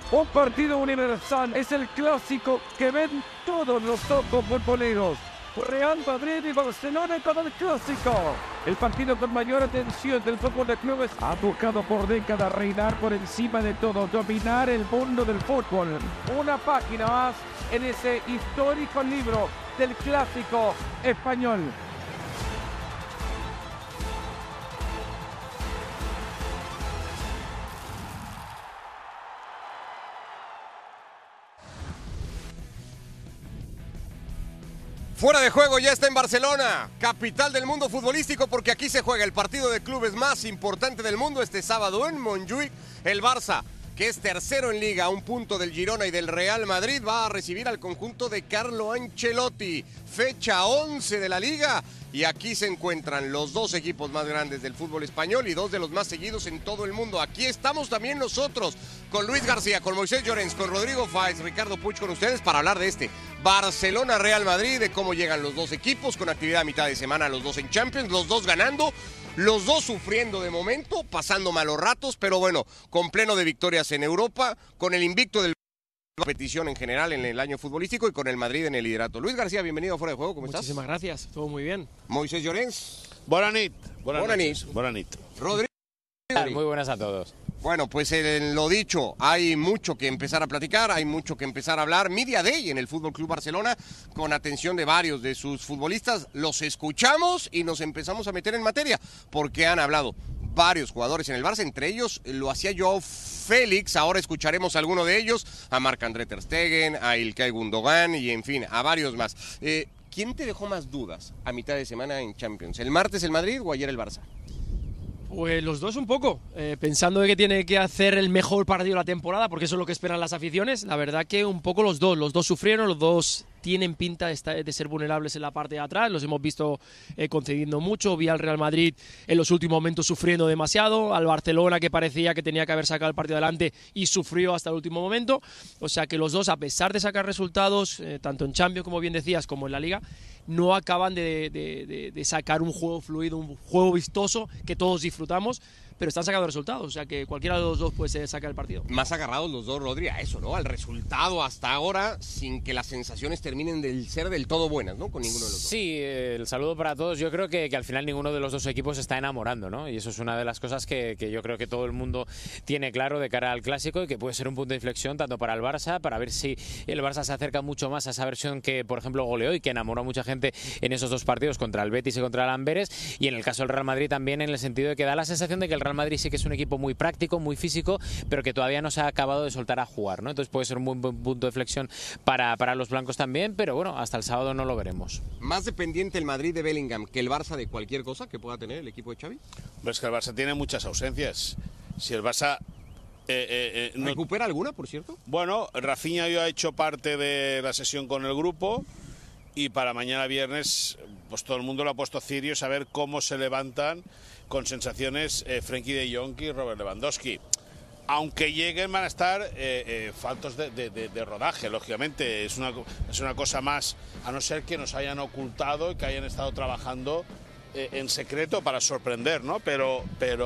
Un partido universal, es el clásico que ven todos los ojos futboleros. Real Madrid y Barcelona con el clásico. El partido con mayor atención del fútbol de clubes ha buscado por décadas reinar por encima de todo, dominar el mundo del fútbol. Una página más en ese histórico libro del clásico español. Fuera de juego ya está en Barcelona, capital del mundo futbolístico, porque aquí se juega el partido de clubes más importante del mundo este sábado en Montjuïc. El Barça, que es tercero en Liga, a un punto del Girona y del Real Madrid, va a recibir al conjunto de Carlo Ancelotti. Fecha 11 de la Liga, y aquí se encuentran los dos equipos más grandes del fútbol español y dos de los más seguidos en todo el mundo. Aquí estamos también nosotros, con Luis García, con Moisés Llorens, con Rodrigo Fáez, Ricardo Puig, con ustedes para hablar de este Barcelona-Real Madrid, de cómo llegan los dos equipos, con actividad a mitad de semana, los dos en Champions, los dos ganando, los dos sufriendo de momento, pasando malos ratos, pero bueno, con pleno de victorias en Europa, con el invicto del competición en general en el año futbolístico y con el Madrid en el liderato. Luis García, bienvenido a Fuera de Juego, ¿cómo estás? Muchísimas gracias, todo muy bien. Moisés Llorens. Bona nit. Bona nit. Rodrigo. Muy buenas a todos. Bueno, pues lo dicho, hay mucho que empezar a platicar, hay mucho que empezar a hablar. Media Day en el Fútbol Club Barcelona, con atención de varios de sus futbolistas. Los escuchamos y nos empezamos a meter en materia, porque han hablado varios jugadores en el Barça, entre ellos lo hacía Joao Félix. Ahora escucharemos a alguno de ellos, a Marc-André ter Stegen, a Ilkay Gundogan y en fin, a varios más. ¿Quién te dejó más dudas a mitad de semana en Champions? ¿El martes el Madrid o ayer el Barça? Pues los dos un poco, pensando de que tiene que hacer el mejor partido de la temporada, porque eso es lo que esperan las aficiones. La verdad que un poco los dos sufrieron, los dos tienen pinta de ser vulnerables en la parte de atrás, los hemos visto concediendo mucho. Vi al Real Madrid en los últimos momentos sufriendo demasiado, al Barcelona que parecía que tenía que haber sacado el partido adelante y sufrió hasta el último momento. O sea que los dos, a pesar de sacar resultados, tanto en Champions, como bien decías, como en la Liga, no acaban de sacar un juego fluido, un juego vistoso que todos disfrutamos, pero están sacando resultados, o sea que cualquiera de los dos puede sacar el partido. Más agarrados los dos, Rodri, a eso, ¿no? Al resultado hasta ahora, sin que las sensaciones terminen de ser del todo buenas, ¿no? Con ninguno de los dos. Sí, el saludo para todos. Yo creo que al final ninguno de los dos equipos está enamorando, ¿no? Y eso es una de las cosas que yo creo que todo el mundo tiene claro de cara al Clásico y que puede ser un punto de inflexión tanto para el Barça, para ver si el Barça se acerca mucho más a esa versión que, por ejemplo, goleó y que enamoró a mucha gente en esos dos partidos contra el Betis y contra el Amberes, y en el caso del Real Madrid también, en el sentido de que da la sensación de que el Real Madrid sí que es un equipo muy práctico, muy físico, pero que todavía no se ha acabado de soltar a jugar, ¿no? Entonces puede ser un buen punto de flexión para los blancos también, pero bueno, hasta el sábado no lo veremos. ¿Más dependiente el Madrid de Bellingham que el Barça de cualquier cosa que pueda tener el equipo de Xavi? Pues que el Barça tiene muchas ausencias. Si el Barça... no... ¿Recupera alguna, por cierto? Bueno, Rafinha ya ha hecho parte de la sesión con el grupo y para mañana viernes pues todo el mundo lo ha puesto cirio a ver cómo se levantan con sensaciones Frenkie de Jong y Robert Lewandowski. Aunque lleguen van a estar faltos de rodaje, lógicamente. Es una cosa más, a no ser que nos hayan ocultado y que hayan estado trabajando en secreto para sorprender, ¿no? Pero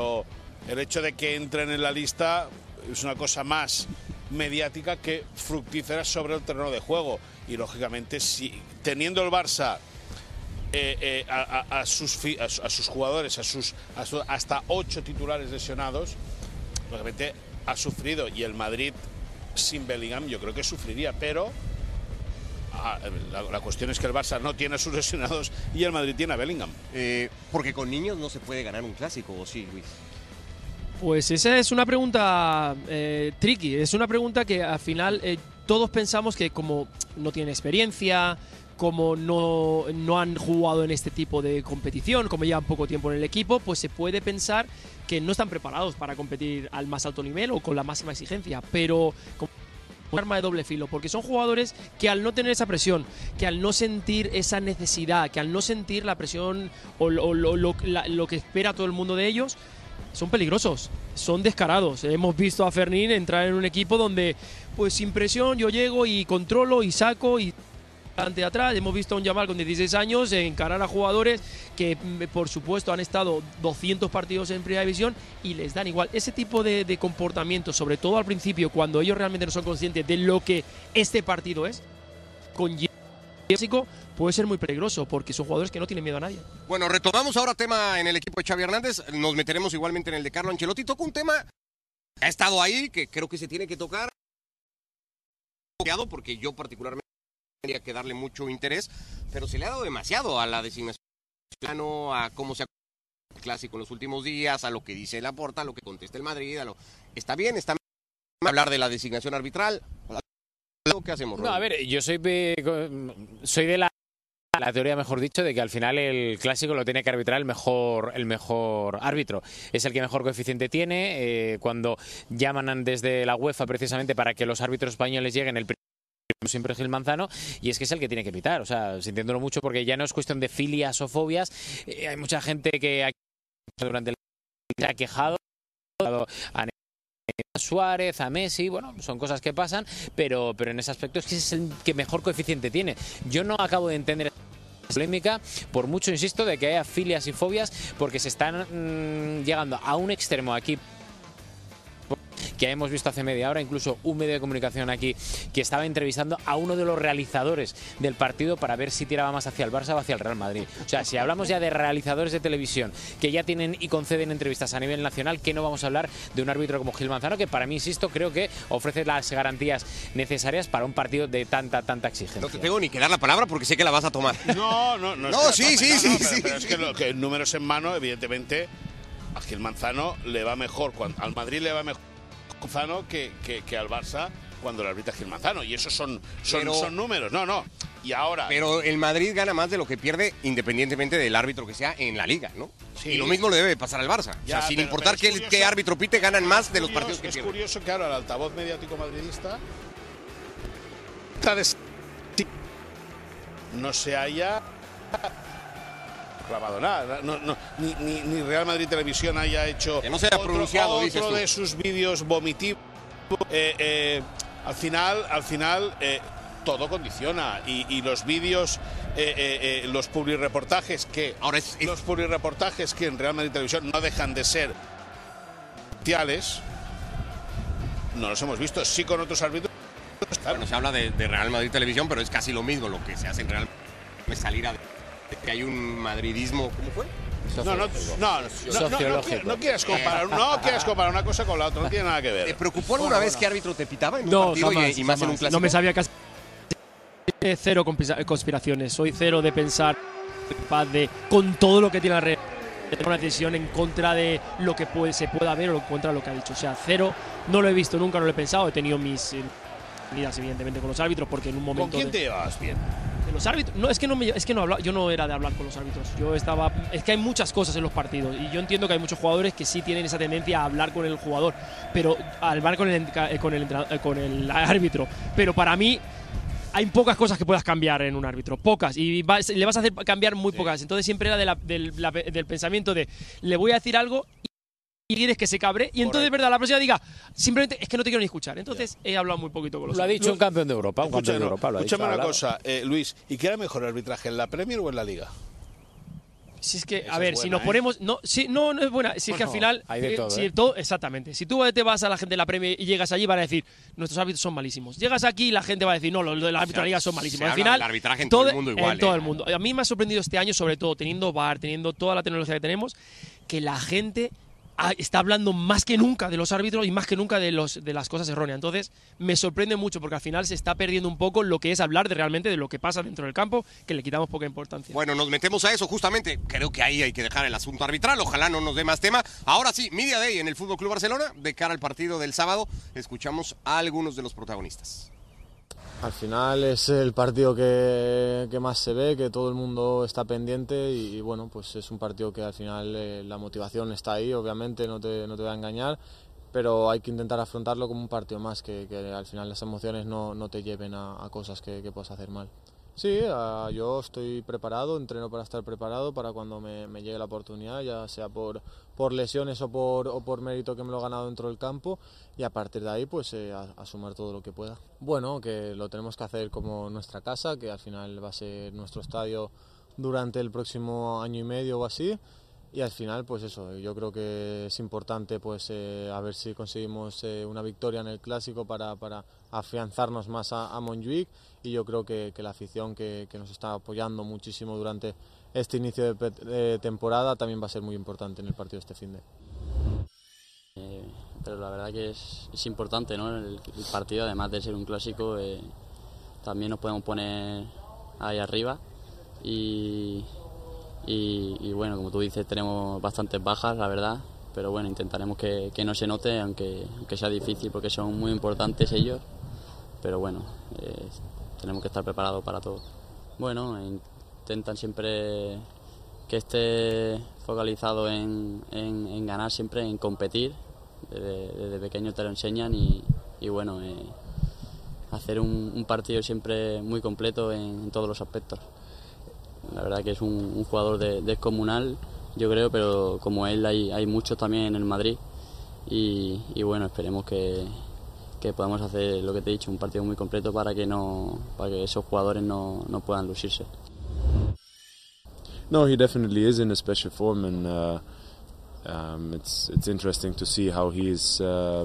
el hecho de que entren en la lista es una cosa más mediática que fructífera sobre el terreno de juego. Y lógicamente, si teniendo el Barça a sus jugadores, hasta 8 titulares lesionados, lógicamente ha sufrido, y el Madrid sin Bellingham yo creo que sufriría, pero la cuestión es que el Barça no tiene a sus lesionados y el Madrid tiene a Bellingham. Porque con niños no se puede ganar un clásico, ¿o sí, Luis? Pues esa es una pregunta tricky, es una pregunta que al final todos pensamos que como no tienen experiencia, como no han jugado en este tipo de competición, como llevan poco tiempo en el equipo, pues se puede pensar que no están preparados para competir al más alto nivel o con la máxima exigencia, pero como un arma de doble filo, porque son jugadores que al no tener esa presión, que al no sentir esa necesidad, que al no sentir la presión o lo que espera todo el mundo de ellos, son peligrosos, son descarados. Hemos visto a Fermín entrar en un equipo donde, pues sin presión, yo llego y controlo y saco y delante atrás. Hemos visto a un Yamal con 16 años encarar a jugadores que, por supuesto, han estado 200 partidos en Primera División y les dan igual. Ese tipo de comportamiento, sobre todo al principio, cuando ellos realmente no son conscientes de lo que este partido es, con Jessico puede ser muy peligroso porque son jugadores que no tienen miedo a nadie. Bueno, retomamos ahora tema en el equipo de Xavi Hernández, nos meteremos igualmente en el de Carlo Ancelotti. Toca un tema que ha estado ahí, que creo que se tiene que tocar, porque yo particularmente tendría que darle mucho interés, pero se le ha dado demasiado a la designación, a cómo se ha el clásico en los últimos días, a lo que dice Laporta, a lo que contesta el Madrid, está bien hablar de la designación arbitral. ¿Qué hacemos, Robin? No, a ver, yo soy de la teoría, mejor dicho, de que al final el clásico lo tiene que arbitrar el mejor árbitro. Es el que mejor coeficiente tiene. Cuando llaman desde la UEFA precisamente para que los árbitros españoles lleguen, el primero siempre es Gil Manzano, y es que es el que tiene que pitar. O sea, sintiéndolo mucho, porque ya no es cuestión de filias o fobias. Hay mucha gente que durante el se ha quejado a Suárez, a Messi, bueno, son cosas que pasan, pero en ese aspecto es que es el que mejor coeficiente tiene. Yo no acabo de entender esa polémica, por mucho insisto de que haya filias y fobias, porque se están llegando a un extremo aquí que hemos visto hace media hora, incluso un medio de comunicación aquí que estaba entrevistando a uno de los realizadores del partido para ver si tiraba más hacia el Barça o hacia el Real Madrid. O sea, si hablamos ya de realizadores de televisión que ya tienen y conceden entrevistas a nivel nacional, ¿qué no vamos a hablar de un árbitro como Gil Manzano, que para mí, insisto, creo que ofrece las garantías necesarias para un partido de tanta exigencia? No te tengo ni que dar la palabra porque sé que la vas a tomar. No, sí. Pero es que números en mano, evidentemente, a Gil Manzano le va mejor, al Madrid le va mejor Manzano que al Barça cuando le arbitra Gil Manzano, y esos son números. No. Y ahora, pero el Madrid gana más de lo que pierde, independientemente del árbitro que sea en la liga, ¿no? Sí. Y lo mismo le debe pasar al Barça. Ya, o sea, sin importar qué árbitro pite, ganan más de los partidos que pierden. Es curioso que ahora el altavoz mediático madridista no se haya clavado nada, ni Real Madrid Televisión haya hecho que no se haya pronunciado, otro de sus vídeos vomitivos. Al final todo condiciona, y los vídeos, los publireportajes que en Real Madrid Televisión no dejan de ser oficiales, no los hemos visto, sí con otros árbitros. Bueno, se habla de Real Madrid Televisión, pero es casi lo mismo lo que se hace en Real Madrid, salir a que hay un madridismo, ¿cómo fue? No quieras comparar una cosa con la otra, no tiene nada que ver. ¿Te preocupó alguna vez qué árbitro te pitaba en un partido jamás, y más en un clásico? No me sabía casi cero conspiraciones, soy cero de pensar con todo lo que tiene alrededor una decisión en contra de lo que se pueda ver o en contra de lo que ha dicho. O sea, cero, no lo he visto nunca, no lo he pensado, he tenido mis lidas evidentemente con los árbitros, porque en un momento… ¿Con quién te llevabas bien? Los árbitros, no, es que no hablaba, yo no era de hablar con los árbitros. Es que hay muchas cosas en los partidos y yo entiendo que hay muchos jugadores que sí tienen esa tendencia a hablar con el jugador, pero a hablar con el árbitro. Pero para mí hay pocas cosas que puedas cambiar en un árbitro, pocas, y le vas a hacer cambiar muy pocas. Entonces siempre era del pensamiento de le voy a decir algo y quieres que se cabre, y entonces, verdad, la próxima diga, simplemente es que no te quiero ni escuchar. Entonces he hablado muy poquito con los… Lo ha dicho un campeón de Europa, Escúchame una cosa, Luis, ¿y qué era mejor arbitraje, en la Premier o en la Liga? Si es que, esa a ver, es buena, si nos ponemos… No es buena. Si es que al final… Hay de todo, exactamente. Si tú te vas a la gente de la Premier y llegas allí, van a decir, nuestros árbitros son malísimos. Llegas aquí y la gente va a decir, no, los del árbitro de la Liga son malísimos. Al final… El arbitraje en todo el mundo igual. En todo el mundo. A mí me ha sorprendido este año, sobre todo, teniendo VAR, teniendo toda la tecnología que tenemos, que la gente está hablando más que nunca de los árbitros y más que nunca de las cosas erróneas. Entonces me sorprende mucho, porque al final se está perdiendo un poco lo que es hablar realmente de lo que pasa dentro del campo, que le quitamos poca importancia. Bueno, nos metemos a eso justamente. Creo que ahí hay que dejar el asunto arbitral. Ojalá no nos dé más tema. Ahora sí, Media Day en el FC Barcelona. De cara al partido del sábado, escuchamos a algunos de los protagonistas. Al final es el partido que más se ve, que todo el mundo está pendiente, y bueno, pues es un partido que al final la motivación está ahí, obviamente, no te voy a engañar, pero hay que intentar afrontarlo como un partido más, que al final las emociones no te lleven a cosas que puedas hacer mal. Sí, yo estoy preparado, entreno para estar preparado para cuando me llegue la oportunidad, ya sea por lesiones o por mérito que me lo he ganado dentro del campo, y a partir de ahí pues a sumar todo lo que pueda. Bueno, que lo tenemos que hacer como nuestra casa, que al final va a ser nuestro estadio durante el próximo año y medio o así, y al final pues eso, yo creo que es importante pues a ver si conseguimos una victoria en el Clásico para afianzarnos más a Montjuïc, y yo creo que la afición que nos está apoyando muchísimo durante este inicio de temporada también va a ser muy importante en el partido este finde. Pero la verdad que es importante, ¿no? El partido, además de ser un clásico, también nos podemos poner ahí arriba y bueno, como tú dices, tenemos bastantes bajas, la verdad, pero bueno, intentaremos que no se note, aunque sea difícil porque son muy importantes ellos, pero bueno, tenemos que estar preparados para todo. Bueno, intentan siempre que esté focalizado en ganar siempre, en competir, desde pequeño te lo enseñan y bueno, hacer un partido siempre muy completo en todos los aspectos. La verdad que es un jugador descomunal, yo creo, pero como él hay muchos también en el Madrid y bueno, esperemos que podamos hacer lo que te he dicho, un partido muy completo para que esos jugadores no puedan lucirse. No, he definitely is in a special form, and it's interesting to see how he's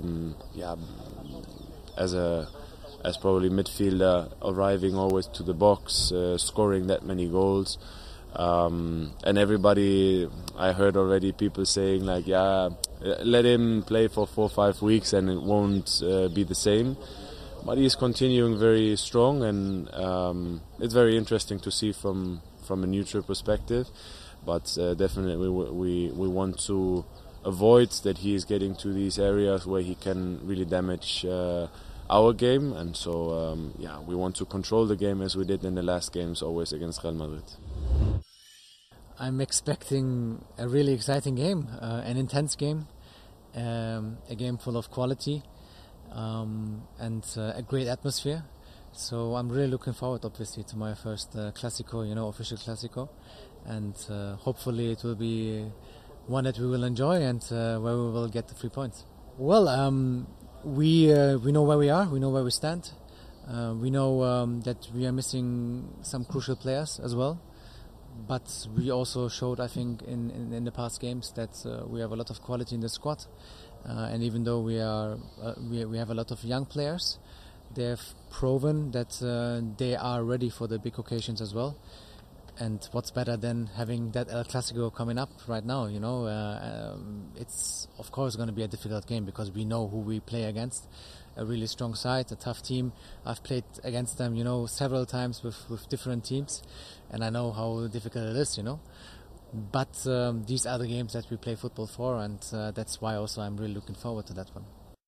as probably midfielder arriving always to the box, scoring that many goals. And everybody, I heard already people saying like, yeah, let him play for 4 or 5 weeks and it won't be the same. But he's continuing very strong, and it's very interesting to see from a neutral perspective. But definitely we want to avoid that he is getting to these areas where he can really damage our game, and so we want to control the game as we did in the last games, always against Real Madrid. I'm expecting a really exciting game, an intense game, a game full of quality, and a great atmosphere. So I'm really looking forward, obviously, to my first Clásico, official Clásico, and hopefully it will be one that we will enjoy and where we will get the 3 points. Well, we know where we are, we know where we stand. We know that we are missing some crucial players as well. But we also showed, I think, in the past games that we have a lot of quality in the squad. And even though we have a lot of young players, they have proven that they are ready for the big occasions as well. And what's better than having that El Clasico coming up right now, it's of course going to be a difficult game because we know who we play against. A really strong side, a tough team. I've played against them, several times with different teams, and I know how difficult it is, But these are the games that we play football for, and that's why also I'm really looking forward to that one.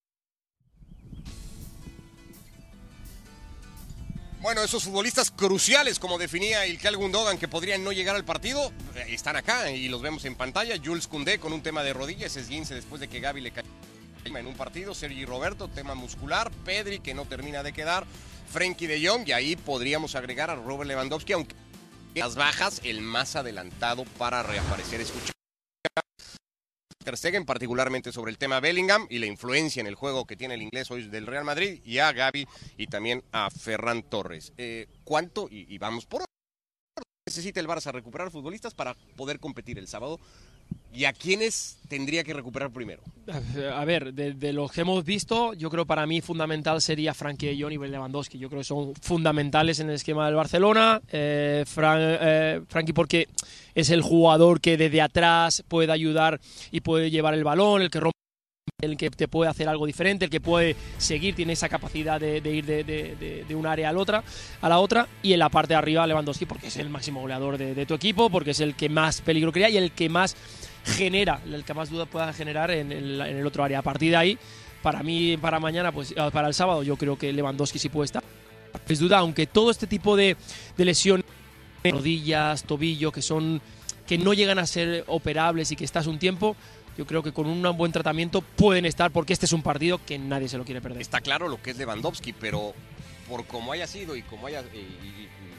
Bueno, esos futbolistas cruciales, como definía Ilkay Gundogan, que podrían no llegar al partido, están acá y los vemos en pantalla. Jules Koundé con un tema de rodillas, esguince después de que Gavi le cayó en un partido. Sergi Roberto, tema muscular. Pedri, que no termina de quedar. Frenkie de Jong, y ahí podríamos agregar a Robert Lewandowski, aunque las bajas, el más adelantado para reaparecer. Escuchar Ter Stegen, particularmente sobre el tema Bellingham y la influencia en el juego que tiene el inglés hoy del Real Madrid, y a Gavi y también a Ferran Torres. ¿Cuánto, y vamos por hora, necesita el Barça recuperar futbolistas para poder competir el sábado? ¿Y a quiénes tendría que recuperar primero? A ver, de los que hemos visto, yo creo para mí fundamental sería Frenkie de Jong y Lewandowski. Yo creo que son fundamentales en el esquema del Barcelona. Frenkie porque es el jugador que desde atrás puede ayudar y puede llevar el balón, el que rompe, el que te puede hacer algo diferente, el que puede seguir, tiene esa capacidad de ir de un área a la otra, y en la parte de arriba Lewandowski porque es el máximo goleador de tu equipo, porque es el que más peligro crea y el que más genera, el que más dudas pueda generar en el otro área. A partir de ahí, para mí, para mañana, pues para el sábado, yo creo que Lewandowski sí puede estar. Es duda, aunque todo este tipo de lesiones, rodillas, tobillo, que no llegan a ser operables y que estás un tiempo, yo creo que con un buen tratamiento pueden estar, porque este es un partido que nadie se lo quiere perder. Está claro lo que es Lewandowski, pero por cómo haya sido y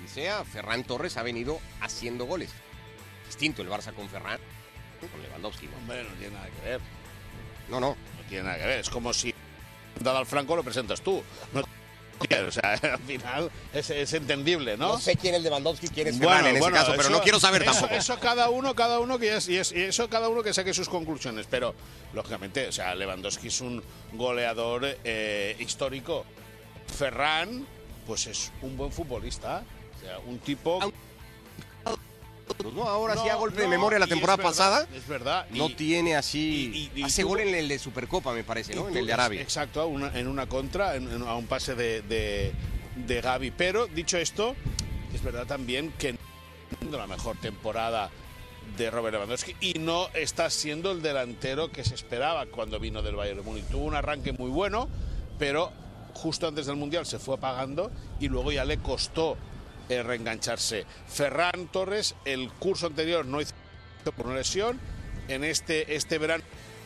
que sea, Ferran Torres ha venido haciendo goles. Distinto el Barça con Ferran, con Lewandowski. ¿No? Hombre, no tiene nada que ver. No tiene nada que ver. Es como si dado al Franco lo presentas tú. No, o sea, al final es entendible, ¿no? No sé quién es Lewandowski, quién es Ferran en ese caso, pero no quiero saber tampoco. Eso cada uno que saque sus conclusiones. Pero, lógicamente, o sea, Lewandowski es un goleador histórico. Ferran, pues es un buen futbolista. O sea, un tipo... No, ahora sí a golpe de memoria la temporada pasada. Es verdad. No tiene así. Hace gol en el de Supercopa, me parece, ¿no? En el de Arabia. Exacto, en una contra, a un pase de Gavi. Pero, dicho esto, es verdad también que no la mejor temporada de Robert Lewandowski y no está siendo el delantero que se esperaba cuando vino del Bayern de Múnich. Tuvo un arranque muy bueno, pero justo antes del Mundial se fue apagando y luego ya le costó reengancharse. Ferran Torres, el curso anterior no hizo por una lesión, en este verano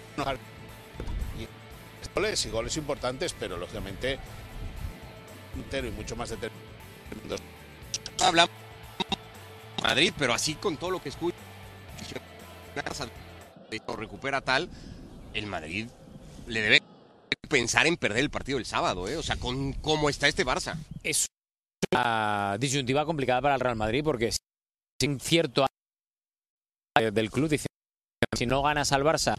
goles importantes, pero lógicamente entero y mucho más determinado. Hablamos de Madrid, pero así con todo lo que escucha, recupera tal, el Madrid le debe pensar en perder el partido el sábado, o sea, con cómo está este Barça. Es una disyuntiva complicada para el Real Madrid porque sin cierto del club dice si no ganas al Barça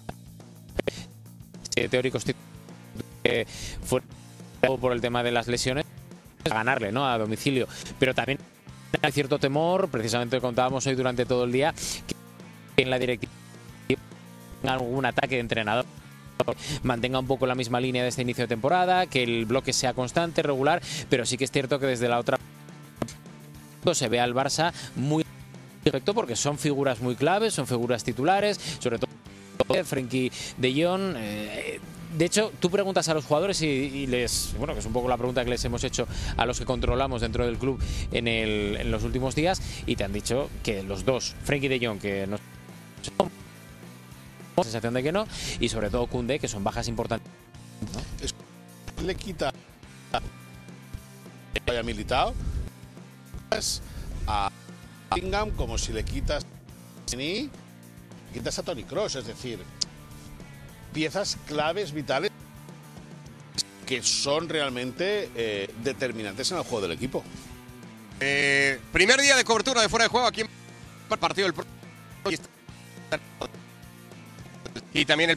teóricos fue por el tema de las lesiones a ganarle, ¿no? A domicilio, pero también hay cierto temor, precisamente lo contábamos hoy durante todo el día, que en la directiva tenga algún ataque de entrenador mantenga un poco la misma línea de este inicio de temporada, que el bloque sea constante, regular, pero sí que es cierto que desde la otra se ve al Barça muy perfecto porque son figuras muy claves, son figuras titulares, sobre todo Frenkie de Jong. De hecho, tú preguntas a los jugadores y les, bueno, que es un poco la pregunta que les hemos hecho a los que controlamos dentro del club en los últimos días, y te han dicho que los dos, Frenkie de Jong, que no son sensación de que no, y sobre todo Koundé, que son bajas importantes, ¿no? Le quita a Militao a Bellingham como si le quitas a Toni Kroos, es decir, piezas claves, vitales, que son realmente determinantes en el juego del equipo. Primer día de cobertura de fuera de juego aquí en el partido del y también el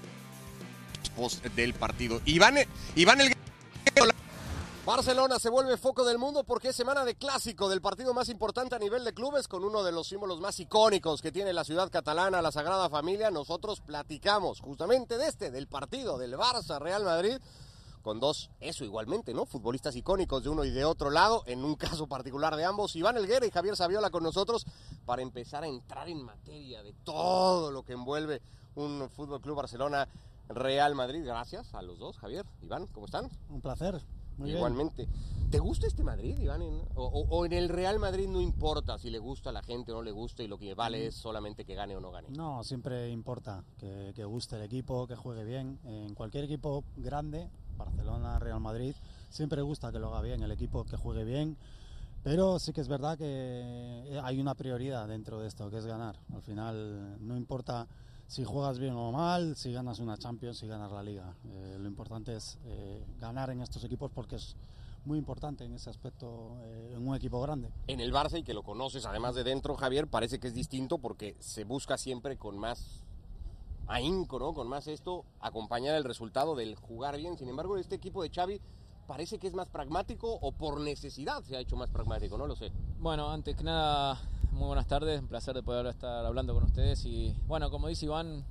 post del partido. Iván el Barcelona se vuelve foco del mundo porque es semana de clásico del partido más importante a nivel de clubes, con uno de los símbolos más icónicos que tiene la ciudad catalana, la Sagrada Familia. Nosotros platicamos justamente del partido del Barça Real Madrid, con dos, igualmente, ¿no? Futbolistas icónicos de uno y de otro lado, en un caso particular de ambos, Iván Helguera y Javier Saviola con nosotros para empezar a entrar en materia de todo lo que envuelve un Fútbol Club Barcelona Real Madrid. Gracias a los dos, Javier, Iván, ¿cómo están? Un placer. Muy igualmente. Bien. ¿Te gusta este Madrid, Iván? ¿O en el Real Madrid no importa si le gusta a la gente o no le gusta y lo que vale es solamente que gane o no gane? No, siempre importa que guste el equipo, que juegue bien. En cualquier equipo grande, Barcelona, Real Madrid, siempre gusta que lo haga bien, el equipo que juegue bien. Pero sí que es verdad que hay una prioridad dentro de esto, que es ganar. Al final no importa si juegas bien o mal, si ganas una Champions, si ganas la Liga. Lo importante es ganar en estos equipos porque es muy importante en ese aspecto en un equipo grande. En el Barça, y que lo conoces además de dentro, Javier, parece que es distinto porque se busca siempre con más ahínco, ¿no? Con más acompañar el resultado del jugar bien. Sin embargo, este equipo de Xavi parece que es más pragmático, o por necesidad se ha hecho más pragmático, no lo sé. Bueno, antes que nada, muy buenas tardes, un placer de poder estar hablando con ustedes. Y bueno, como dice Iván,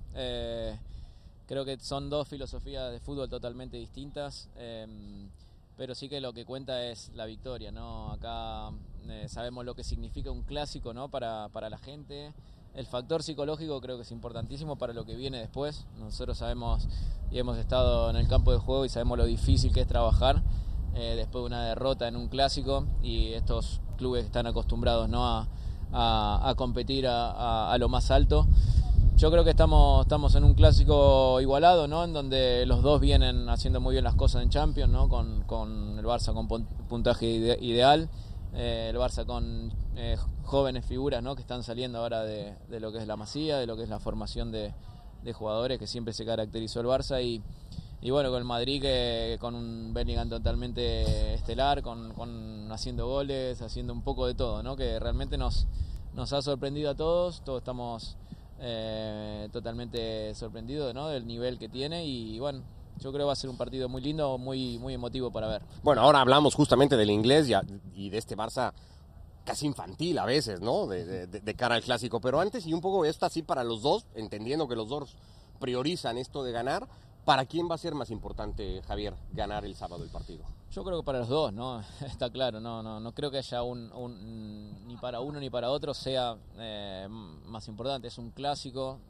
creo que son dos filosofías de fútbol totalmente distintas, pero sí que lo que cuenta es la victoria, ¿no? Acá sabemos lo que significa un clásico, ¿no? Para la gente. El factor psicológico creo que es importantísimo para lo que viene después. Nosotros sabemos y hemos estado en el campo de juego y sabemos lo difícil que es trabajar después de una derrota en un clásico, y estos clubes están acostumbrados, ¿no? a competir a lo más alto. Yo creo que estamos en un clásico igualado, ¿no? En donde los dos vienen haciendo muy bien las cosas en Champions, ¿no? Con el Barça con puntaje ideal, el Barça con jóvenes figuras, ¿no? Que están saliendo ahora de lo que es la Masía, de lo que es la formación de jugadores que siempre se caracterizó el Barça y bueno, con el Madrid que con un Bellingham totalmente estelar, con haciendo goles, haciendo un poco de todo, ¿no? Que realmente nos ha sorprendido a todos estamos totalmente sorprendidos, ¿no? Del nivel que tiene y bueno, yo creo que va a ser un partido muy lindo, muy emotivo para ver. Bueno, ahora hablamos justamente del inglés y de este Barça casi infantil a veces, ¿no? De cara al clásico. Pero antes, y un poco esto así para los dos, entendiendo que los dos priorizan esto de ganar, ¿para quién va a ser más importante, Javier, ganar el sábado el partido? Yo creo que para los dos, ¿no? Está claro, no creo que haya ni para uno ni para otro sea más importante. Es un clásico.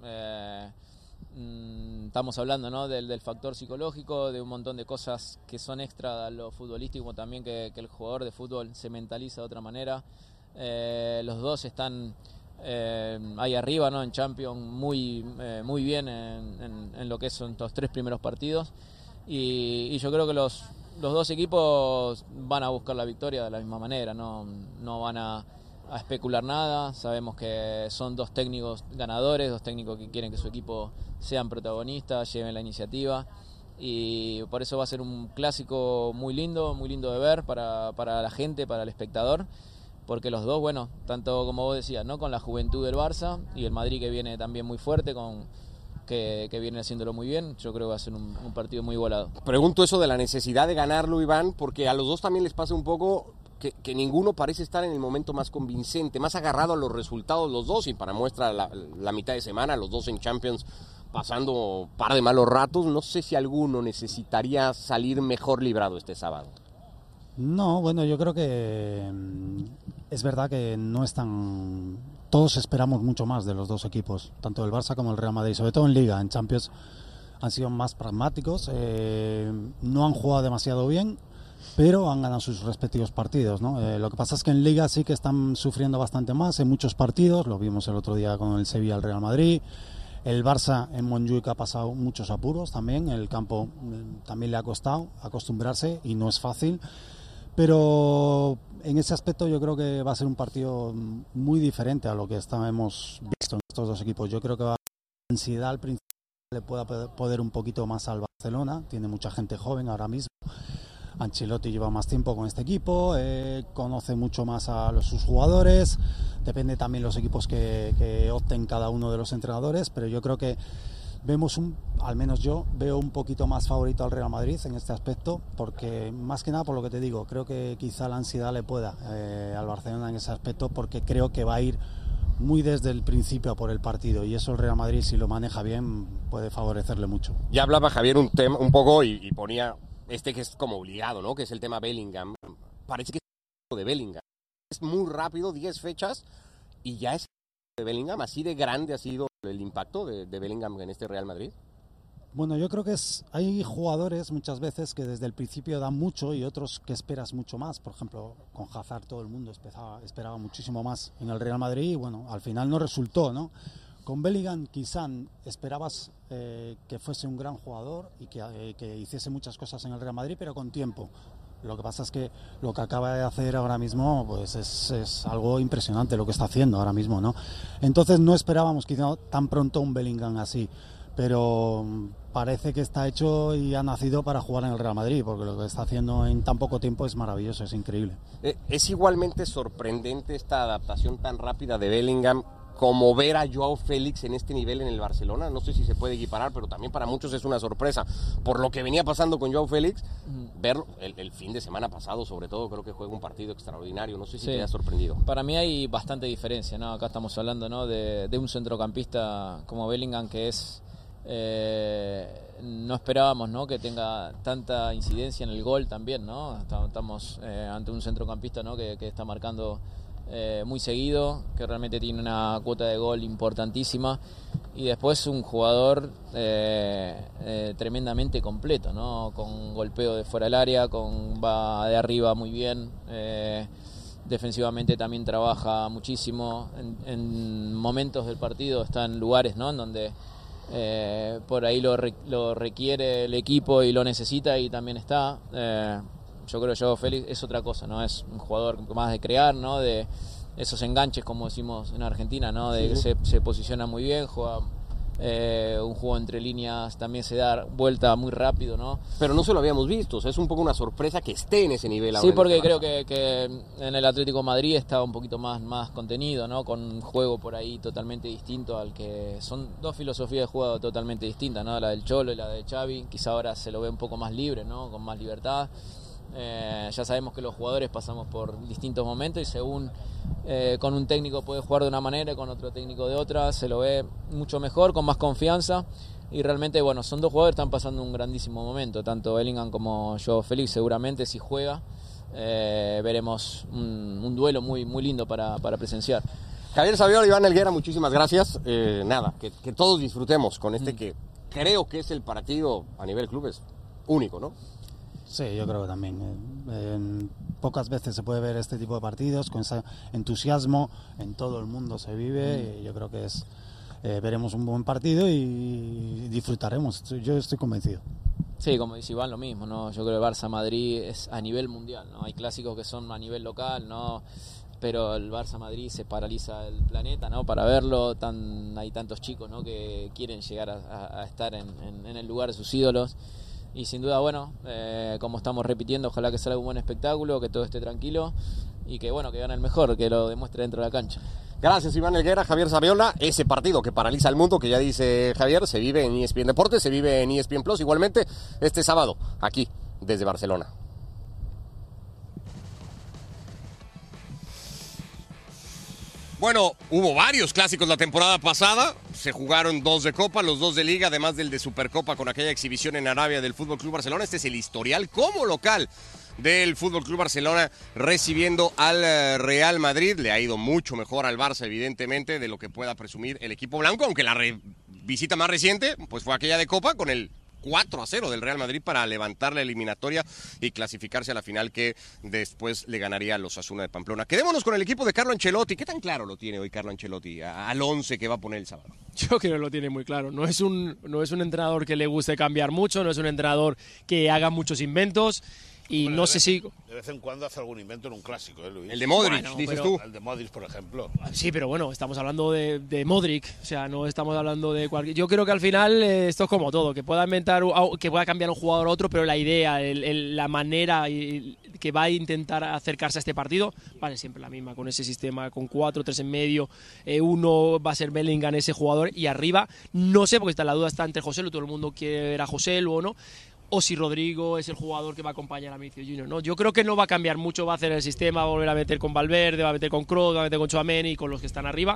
Estamos hablando, ¿no? del factor psicológico, de un montón de cosas que son extra a lo futbolístico, también que el jugador de fútbol se mentaliza de otra manera. Los dos están ahí arriba, ¿no? En Champions muy bien en lo que son estos 3 primeros partidos y yo creo que los dos equipos van a buscar la victoria de la misma manera, no van a especular nada. Sabemos que son 2 técnicos ganadores, 2 técnicos que quieren que su equipo sean protagonistas, lleven la iniciativa y por eso va a ser un clásico muy lindo de ver para la gente, para el espectador, porque los dos, bueno, tanto como vos decías, ¿no? Con la juventud del Barça y el Madrid que viene también muy fuerte, que viene haciéndolo muy bien, yo creo que va a ser un partido muy igualado. Pregunto eso de la necesidad de ganarlo, Iván, porque a los dos también les pasa un poco que ninguno parece estar en el momento más convincente, más agarrado a los resultados los dos, y para muestra la mitad de semana, los dos en Champions pasando un par de malos ratos. No sé si alguno necesitaría salir mejor librado este sábado. No, bueno, yo creo que es verdad que no están... Todos esperamos mucho más de los dos equipos, tanto el Barça como el Real Madrid, sobre todo en Liga. En Champions han sido más pragmáticos, no han jugado demasiado bien, pero han ganado sus respectivos partidos, ¿no? Lo que pasa es que en Liga sí que están sufriendo bastante más en muchos partidos, lo vimos el otro día con el Sevilla al Real Madrid. El Barça en Montjuic ha pasado muchos apuros también, el campo también le ha costado acostumbrarse y no es fácil. Pero en ese aspecto yo creo que va a ser un partido muy diferente a lo que hemos visto en estos dos equipos. Yo creo que la ansiedad al principio le pueda poder un poquito más al Barcelona, tiene mucha gente joven ahora mismo. Ancelotti lleva más tiempo con este equipo, conoce mucho más a sus jugadores, depende también los equipos que opten cada uno de los entrenadores, pero yo creo que vemos al menos yo veo un poquito más favorito al Real Madrid en este aspecto, porque más que nada por lo que te digo, creo que quizá la ansiedad le pueda al Barcelona en ese aspecto, porque creo que va a ir muy desde el principio a por el partido, y eso el Real Madrid, si lo maneja bien, puede favorecerle mucho. Ya hablaba Javier un poco y ponía que es como obligado, ¿no? Que es el tema Bellingham. Parece que es de Bellingham. Es muy rápido, 10 fechas, y ya es de Bellingham. Así de grande ha sido el impacto de Bellingham en este Real Madrid. Bueno, yo creo que hay jugadores muchas veces que desde el principio dan mucho y otros que esperas mucho más. Por ejemplo, con Hazard todo el mundo esperaba muchísimo más en el Real Madrid y bueno, al final no resultó, ¿no? Con Bellingham quizá esperabas que fuese un gran jugador y que hiciese muchas cosas en el Real Madrid, pero con tiempo. Lo que pasa es que lo que acaba de hacer ahora mismo pues es algo impresionante lo que está haciendo ahora mismo, ¿no? Entonces no esperábamos quizá tan pronto un Bellingham así, pero parece que está hecho y ha nacido para jugar en el Real Madrid, porque lo que está haciendo en tan poco tiempo es maravilloso, es increíble. Es igualmente sorprendente esta adaptación tan rápida de Bellingham como ver a Joao Félix en este nivel en el Barcelona. No sé si se puede equiparar, pero también para muchos es una sorpresa. Por lo que venía pasando con Joao Félix, verlo el fin de semana pasado, sobre todo, creo que juega un partido extraordinario. No sé si te ha sorprendido. Para mí hay bastante diferencia, ¿no? Acá estamos hablando, ¿no? de un centrocampista como Bellingham, que es... no esperábamos, ¿no? que tenga tanta incidencia en el gol también, ¿no? Estamos ante un centrocampista, ¿no? que está marcando muy seguido, que realmente tiene una cuota de gol importantísima, y después un jugador tremendamente completo, ¿no? Con golpeo de fuera del área, va de arriba muy bien, defensivamente también trabaja muchísimo, en momentos del partido está en lugares, ¿no? En donde por ahí lo requiere el equipo y lo necesita, y también está. yo creo que Joao Félix es otra cosa, ¿no? Es un jugador más de crear, ¿no? De esos enganches, como decimos en Argentina, ¿no? De que se posiciona muy bien, juega un juego entre líneas, también se da vuelta muy rápido, ¿no? Pero no se lo habíamos visto, o sea, es un poco una sorpresa que esté en ese nivel ahora. Sí, porque creo que en el Atlético de Madrid estaba un poquito más contenido, ¿no? Con un juego por ahí totalmente distinto al que... Son dos filosofías de juego totalmente distintas, ¿no? La del Cholo y la de Xavi. Quizá ahora se lo ve un poco más libre, ¿no? Con más libertad. Ya sabemos que los jugadores pasamos por distintos momentos y según con un técnico puede jugar de una manera y con otro técnico de otra, se lo ve mucho mejor, con más confianza, y realmente bueno, son dos jugadores que están pasando un grandísimo momento, tanto Bellingham como Joao Félix. Seguramente si juega veremos un duelo muy lindo para presenciar. Javier Saviola, Iván Helguera, muchísimas gracias. Nada, que todos disfrutemos con este que creo que es el partido a nivel clubes único, ¿no? Sí, yo creo que también. Pocas veces se puede ver este tipo de partidos con ese entusiasmo, en todo el mundo se vive, y yo creo que veremos un buen partido y disfrutaremos, yo estoy convencido. Sí, como dice Iván, lo mismo, ¿no? Yo creo que Barça-Madrid es a nivel mundial, ¿no? Hay clásicos que son a nivel local, ¿no? Pero el Barça-Madrid se paraliza el planeta, ¿no? Para verlo, hay tantos chicos, ¿no? Que quieren llegar a estar en el lugar de sus ídolos. Y sin duda, bueno, como estamos repitiendo, ojalá que salga un buen espectáculo, que todo esté tranquilo y que bueno, que gane el mejor, que lo demuestre dentro de la cancha. Gracias, Iván Helguera, Javier Saviola. Ese partido que paraliza el mundo, que ya dice Javier, se vive en ESPN Deportes, se vive en ESPN Plus, igualmente este sábado, aquí, desde Barcelona. Bueno, hubo varios clásicos la temporada pasada, se jugaron 2 de Copa, los 2 de Liga, además del de Supercopa con aquella exhibición en Arabia del FC Barcelona. Este es el historial como local del FC Barcelona recibiendo al Real Madrid. Le ha ido mucho mejor al Barça, evidentemente, de lo que pueda presumir el equipo blanco, aunque la visita más reciente pues fue aquella de Copa con el 4-0 del Real Madrid para levantar la eliminatoria y clasificarse a la final, que después le ganaría a los Osasuna de Pamplona. Quedémonos con el equipo de Carlo Ancelotti. ¿Qué tan claro lo tiene hoy Carlo Ancelotti al 11 que va a poner el sábado? Yo creo que lo tiene muy claro. No es un entrenador que le guste cambiar mucho, no es un entrenador que haga muchos inventos. Y bueno, no sé si... De vez en cuando hace algún invento en un clásico, Luis. El de Modric, bueno, dices tú. El de Modric, por ejemplo. Sí, pero bueno, estamos hablando de Modric. O sea, no estamos hablando de cualquier... Yo creo que al final esto es como todo. Que pueda inventar, que pueda cambiar un jugador a otro, pero la idea, la manera que va a intentar acercarse a este partido va a ser siempre la misma. Con ese sistema, con 4, 3 en medio. Uno va a ser Bellingham, ese jugador. Y arriba, no sé, porque la duda está entre Joselu. Todo el mundo quiere ver a Joselu o no. O si Rodrigo es el jugador que va a acompañar a Vinicius Junior, ¿no? Yo creo que no va a cambiar mucho, va a hacer el sistema, va a volver a meter con Valverde, va a meter con Kroos, va a meter con Tchouaméni y con los que están arriba,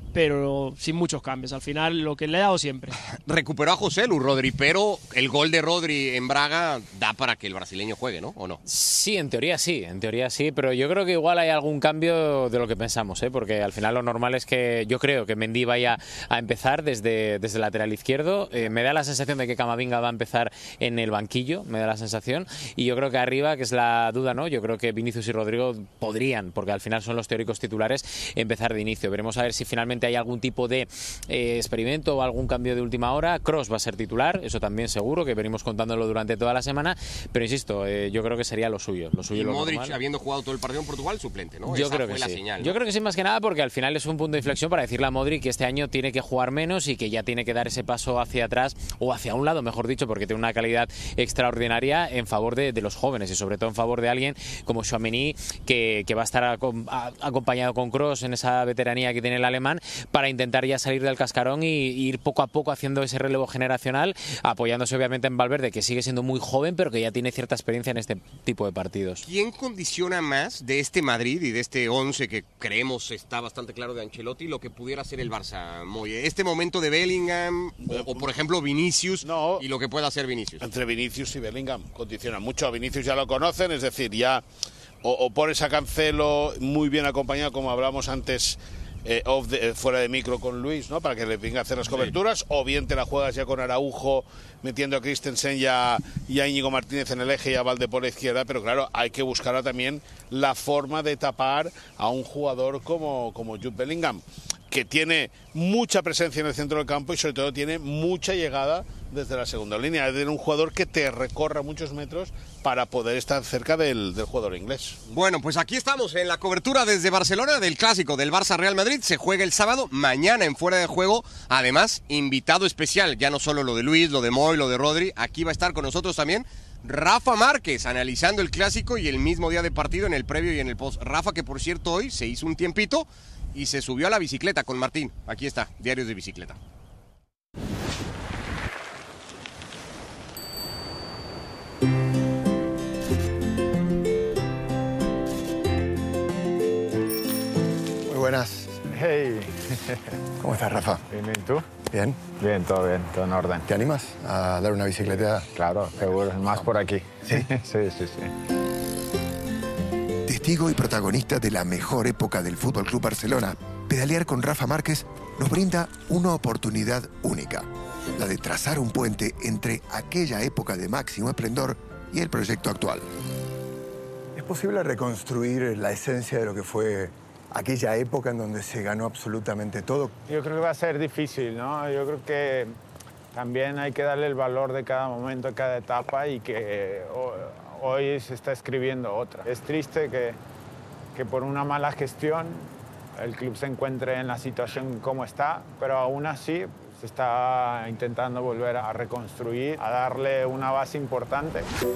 pero sin muchos cambios. Al final, lo que le he dado siempre. Recuperó a Joselu, Rodri, pero el gol de Rodri en Braga da para que el brasileño juegue, ¿no? ¿O no? Sí, en teoría sí, pero yo creo que igual hay algún cambio de lo que pensamos, porque al final lo normal es que yo creo que Mendy vaya a empezar desde el lateral izquierdo. Me da la sensación de que Camavinga va a empezar en el banquillo, me da la sensación, y yo creo que arriba, que es la duda, ¿no? Yo creo que Vinicius y Rodrigo podrían, porque al final son los teóricos titulares, empezar de inicio. Veremos a ver si finalmente hay algún tipo de experimento o algún cambio de última hora. Kroos va a ser titular, eso también seguro, que venimos contándolo durante toda la semana, pero insisto, yo creo que sería lo suyo. Y lo Modric, normal, habiendo jugado todo el partido en Portugal, suplente, ¿no? Yo Esa creo fue que la sí. señal, ¿no? Yo creo que sí, más que nada, porque al final es un punto de inflexión para decirle a Modric que este año tiene que jugar menos y que ya tiene que dar ese paso hacia atrás, o hacia un lado, mejor dicho, porque tiene una calidad extraordinaria en favor de los jóvenes y sobre todo en favor de alguien como Tchouaméni, que va a estar acompañado con Kroos en esa veteranía que tiene el alemán, para intentar ya salir del cascarón y ir poco a poco haciendo ese relevo generacional, apoyándose obviamente en Valverde, que sigue siendo muy joven pero que ya tiene cierta experiencia en este tipo de partidos. ¿Quién condiciona más de este Madrid y de este 11 que creemos está bastante claro de Ancelotti lo que pudiera ser el Barça, Moye? Este momento de Bellingham o por ejemplo Vinicius, no, y lo que pueda hacer Vinicius. Entre Vinicius y Bellingham condiciona mucho. A Vinicius ya lo conocen, es decir, ya o pones a Cancelo muy bien acompañado, como hablábamos antes fuera de micro con Luis, ¿no? Para que le venga a hacer las coberturas, sí. O bien te la juegas ya con Araujo, metiendo a Christensen y a Íñigo Martínez en el eje y a Valde por la izquierda, pero claro, hay que buscar también la forma de tapar a un jugador como Jude Bellingham, que tiene mucha presencia en el centro del campo y sobre todo tiene mucha llegada desde la segunda línea, es decir, un jugador que te recorra muchos metros para poder estar cerca del jugador inglés. Bueno, pues aquí estamos en la cobertura desde Barcelona del clásico del Barça-Real Madrid. Se juega el sábado, mañana en Fuera de Juego. Además, invitado especial, ya no solo lo de Luis, lo de Moy, lo de Rodri. Aquí va a estar con nosotros también Rafa Márquez, analizando el clásico y el mismo día de partido en el previo y en el post. Rafa, que por cierto hoy se hizo un tiempito y se subió a la bicicleta con Martín. Aquí está, Diarios de Bicicleta. Muy buenas. Hey. ¿Cómo estás, Rafa? Bien, ¿y tú? Bien. Bien, todo en orden. ¿Te animas a dar una bicicleta? Claro, seguro, más por aquí. ¿Sí? Sí. Testigo y protagonista de la mejor época del Fútbol Club Barcelona, pedalear con Rafa Márquez nos brinda una oportunidad única, la de trazar un puente entre aquella época de máximo esplendor y el proyecto actual. ¿Es posible reconstruir la esencia de lo que fue aquella época en donde se ganó absolutamente todo? Yo creo que va a ser difícil, ¿no? Yo creo que también hay que darle el valor de cada momento, de cada etapa y que hoy se está escribiendo otra. Es triste que por una mala gestión el club se encuentre en la situación como está, pero aún así se está intentando volver a reconstruir, a darle una base importante.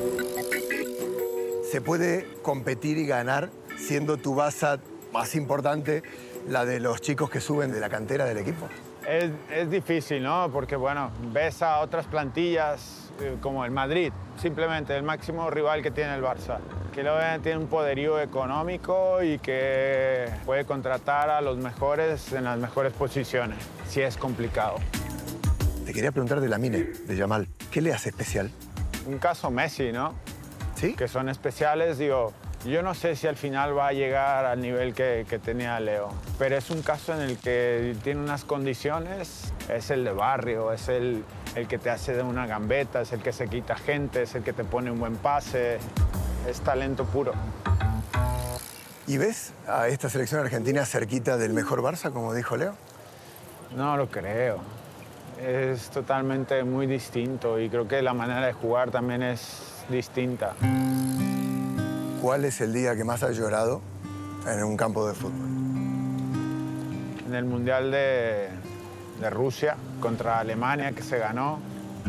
¿Se puede competir y ganar siendo tu base más importante la de los chicos que suben de la cantera del equipo? Es difícil, ¿no? Porque, bueno, ves a otras plantillas como el Madrid, simplemente el máximo rival que tiene el Barça, que luego tiene un poderío económico y que puede contratar a los mejores en las mejores posiciones. Sí es complicado. Te quería preguntar de Lamine, de Yamal. ¿Qué le hace especial? Un caso Messi, ¿no? ¿Sí? Que son especiales, digo. Yo no sé si al final va a llegar al nivel que tenía Leo, pero es un caso en el que tiene unas condiciones, es el de barrio, es el que te hace de una gambeta, es el que se quita gente, es el que te pone un buen pase, es talento puro. ¿Y ves a esta selección argentina cerquita del mejor Barça, como dijo Leo? No lo creo, es totalmente muy distinto y creo que la manera de jugar también es distinta. ¿Cuál es el día que más has llorado en un campo de fútbol? En el Mundial de Rusia contra Alemania, que se ganó.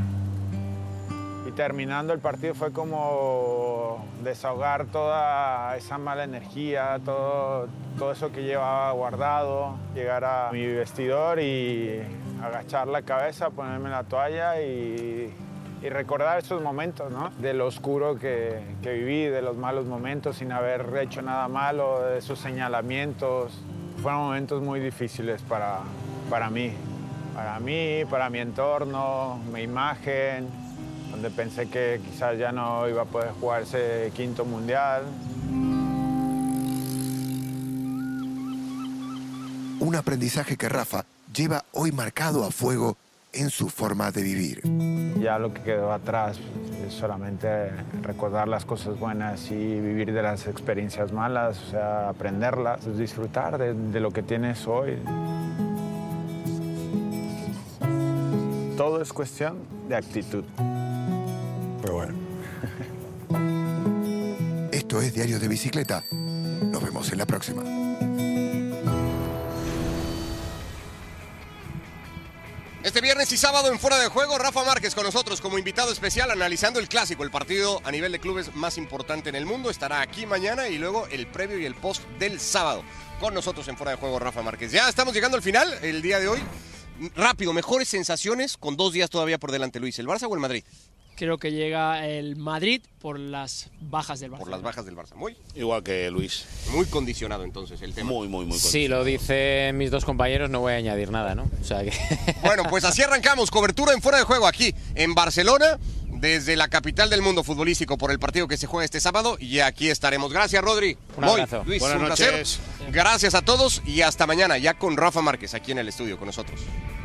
Y terminando el partido fue como desahogar toda esa mala energía, todo eso que llevaba guardado. Llegar a mi vestidor y agachar la cabeza, ponerme la toalla y recordar esos momentos, ¿no? De lo oscuro que viví, de los malos momentos sin haber hecho nada malo, de esos señalamientos. Fueron momentos muy difíciles para mí, para mi entorno, mi imagen, donde pensé que quizás ya no iba a poder jugar ese quinto mundial. Un aprendizaje que Rafa lleva hoy marcado a fuego en su forma de vivir. Ya lo que quedó atrás es solamente recordar las cosas buenas y vivir de las experiencias malas, o sea, aprenderlas, disfrutar de lo que tienes hoy. Todo es cuestión de actitud. Pero bueno. Esto es Diario de Bicicleta. Nos vemos en la próxima. Este viernes y sábado en Fuera de Juego, Rafa Márquez con nosotros como invitado especial analizando el clásico, el partido a nivel de clubes más importante en el mundo. Estará aquí mañana y luego el previo y el post del sábado. Con nosotros en Fuera de Juego, Rafa Márquez. Ya estamos llegando al final, el día de hoy. Rápido, mejores sensaciones con 2 días todavía por delante, Luis. ¿El Barça o el Madrid? Creo que llega el Madrid por las bajas del Barça. Por las bajas del Barça. Muy. Igual que Luis. Muy condicionado entonces el tema. Muy condicionado. Sí, lo dicen mis dos compañeros, no voy a añadir nada, ¿no? O sea que... Bueno, pues así arrancamos. Cobertura en Fuera de Juego aquí en Barcelona, desde la capital del mundo futbolístico por el partido que se juega este sábado. Y aquí estaremos. Gracias, Rodri. Un abrazo. Luis, buenas un noches. placer. Gracias a todos y hasta mañana ya con Rafa Márquez aquí en el estudio con nosotros.